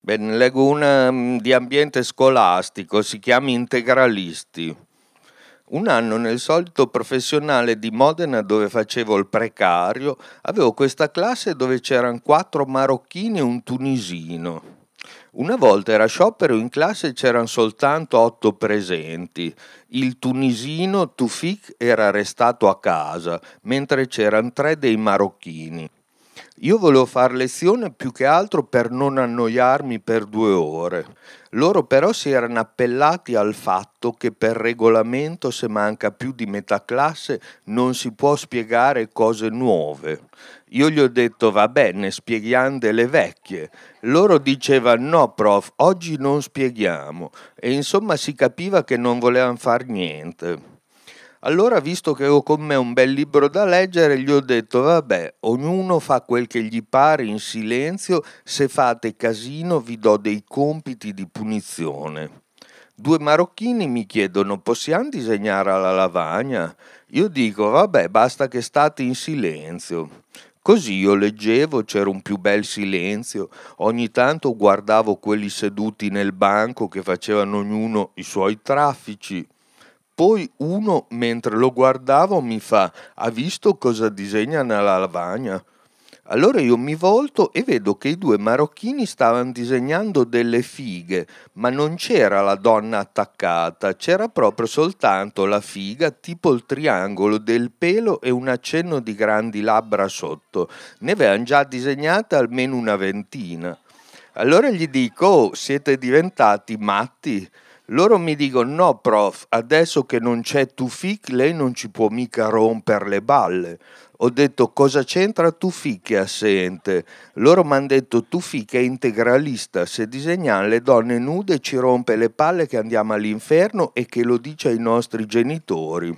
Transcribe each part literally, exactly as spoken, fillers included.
Beh, ne leggo una mm, di ambiente scolastico, si chiama Integralisti. Un anno nel solito professionale di Modena dove facevo il precario, avevo questa classe dove c'erano quattro marocchini e un tunisino. Una volta era sciopero in classe e c'erano soltanto otto presenti. Il tunisino Tufik era restato a casa, mentre c'erano tre dei marocchini. Io volevo fare lezione più che altro per non annoiarmi per due ore. Loro però si erano appellati al fatto che per regolamento se manca più di metà classe non si può spiegare cose nuove. Io gli ho detto va bene, spieghiamo delle vecchie. Loro dicevano no prof, oggi non spieghiamo. E insomma si capiva che non volevano far niente. Allora, visto che ho con me un bel libro da leggere, gli ho detto, vabbè, ognuno fa quel che gli pare in silenzio, se fate casino vi do dei compiti di punizione. Due marocchini mi chiedono, possiamo disegnare alla lavagna? Io dico, vabbè, basta che state in silenzio. Così io leggevo, c'era un più bel silenzio, ogni tanto guardavo quelli seduti nel banco che facevano ognuno i suoi traffici. Poi uno, mentre lo guardavo, mi fa: ha visto cosa disegna nella lavagna? Allora io mi volto e vedo che i due marocchini stavano disegnando delle fighe, ma non c'era la donna attaccata, c'era proprio soltanto la figa, tipo il triangolo del pelo e un accenno di grandi labbra sotto. Ne avevano già disegnate almeno una ventina. Allora gli dico, oh, siete diventati matti? Loro mi dicono, no prof, adesso che non c'è Tufik lei non ci può mica rompere le balle. Ho detto, cosa c'entra Tufik che è assente? Loro mi hanno detto, Tufik è integralista, se disegniamo le donne nude ci rompe le palle che andiamo all'inferno e che lo dice ai nostri genitori.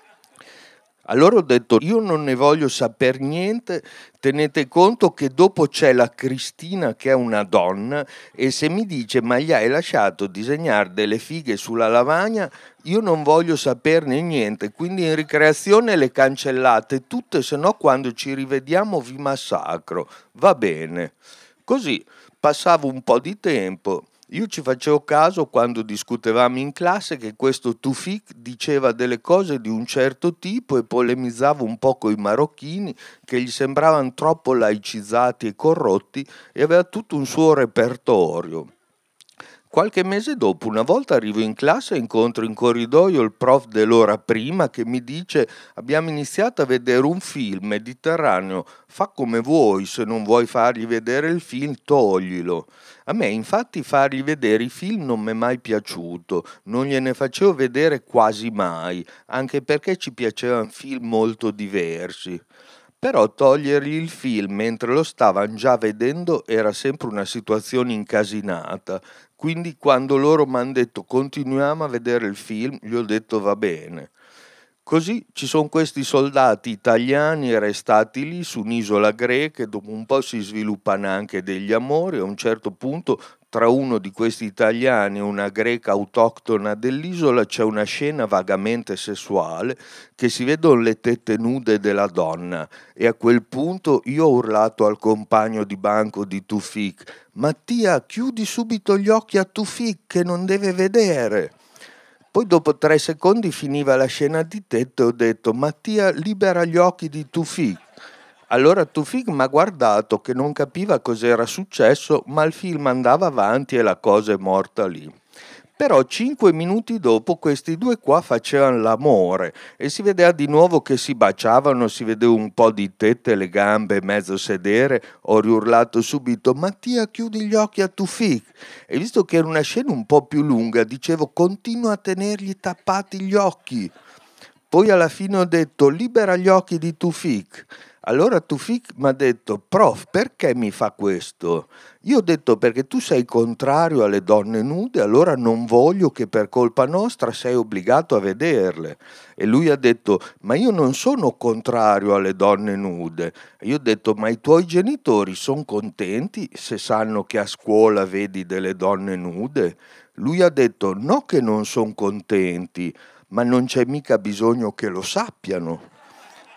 Allora ho detto, io non ne voglio saper niente, tenete conto che dopo c'è la Cristina che è una donna e se mi dice ma gli hai lasciato disegnare delle fighe sulla lavagna, io non voglio saperne niente, quindi in ricreazione le cancellate tutte, se no quando ci rivediamo vi massacro, va bene. Così passavo un po' di tempo. Io ci facevo caso quando discutevamo in classe che questo Tufik diceva delle cose di un certo tipo e polemizzava un po' coi marocchini che gli sembravano troppo laicizzati e corrotti e aveva tutto un suo repertorio. Qualche mese dopo, una volta arrivo in classe e incontro in corridoio il prof dell'ora prima che mi dice abbiamo iniziato a vedere un film mediterraneo, fa come vuoi, se non vuoi fargli vedere il film toglilo. A me infatti fargli vedere i film non mi è mai piaciuto, non gliene facevo vedere quasi mai, anche perché ci piacevano film molto diversi. Però togliergli il film mentre lo stavano già vedendo era sempre una situazione incasinata, quindi quando loro mi hanno detto continuiamo a vedere il film, gli ho detto va bene. Così ci sono questi soldati italiani restati lì su un'isola greca e dopo un po' si sviluppano anche degli amori. A un certo punto tra uno di questi italiani e una greca autoctona dell'isola c'è una scena vagamente sessuale che si vedono le tette nude della donna e a quel punto io ho urlato al compagno di banco di Tufik: Mattia, chiudi subito gli occhi a Tufik che non deve vedere. Poi dopo tre secondi finiva la scena di tetto e ho detto Mattia libera gli occhi di Tufik. Allora Tufik mi ha guardato che non capiva cos'era successo, ma il film andava avanti e la cosa è morta lì. Però cinque minuti dopo questi due qua facevano l'amore e si vedeva di nuovo che si baciavano, si vedeva un po' di tette, le gambe, mezzo sedere. Ho riurlato subito Mattia chiudi gli occhi a Tufik e visto che era una scena un po' più lunga dicevo continua a tenergli tappati gli occhi. Poi alla fine ho detto libera gli occhi di Tufik. Allora Tufik mi ha detto prof perché mi fa questo? Io ho detto perché tu sei contrario alle donne nude, allora non voglio che per colpa nostra sei obbligato a vederle. E lui ha detto ma io non sono contrario alle donne nude. E io ho detto ma i tuoi genitori sono contenti se sanno che a scuola vedi delle donne nude? Lui ha detto no che non sono contenti, ma non c'è mica bisogno che lo sappiano.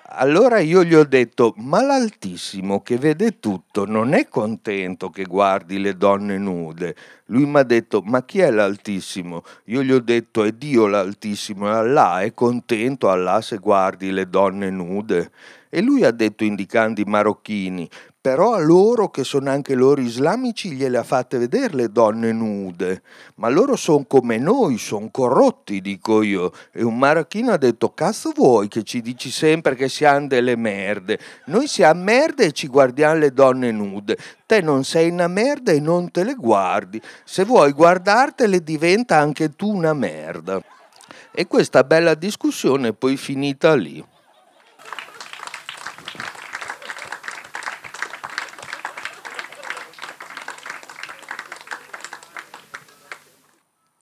Allora io gli ho detto: ma l'Altissimo che vede tutto non è contento che guardi le donne nude? Lui mi ha detto: ma chi è l'Altissimo? Io gli ho detto: è Dio l'Altissimo, e Allah è contento, Allah, se guardi le donne nude? E lui ha detto, indicando i marocchini: però a loro, che sono anche loro islamici, gliele ha fatte vedere le donne nude, ma loro sono come noi, sono corrotti, dico io. E un marocchino ha detto: cazzo vuoi che ci dici sempre che siamo delle merde? Noi siamo merde e ci guardiamo le donne nude. Te non sei una merda e non te le guardi. Se vuoi guardartele, diventa anche tu una merda. E questa bella discussione è poi finita lì.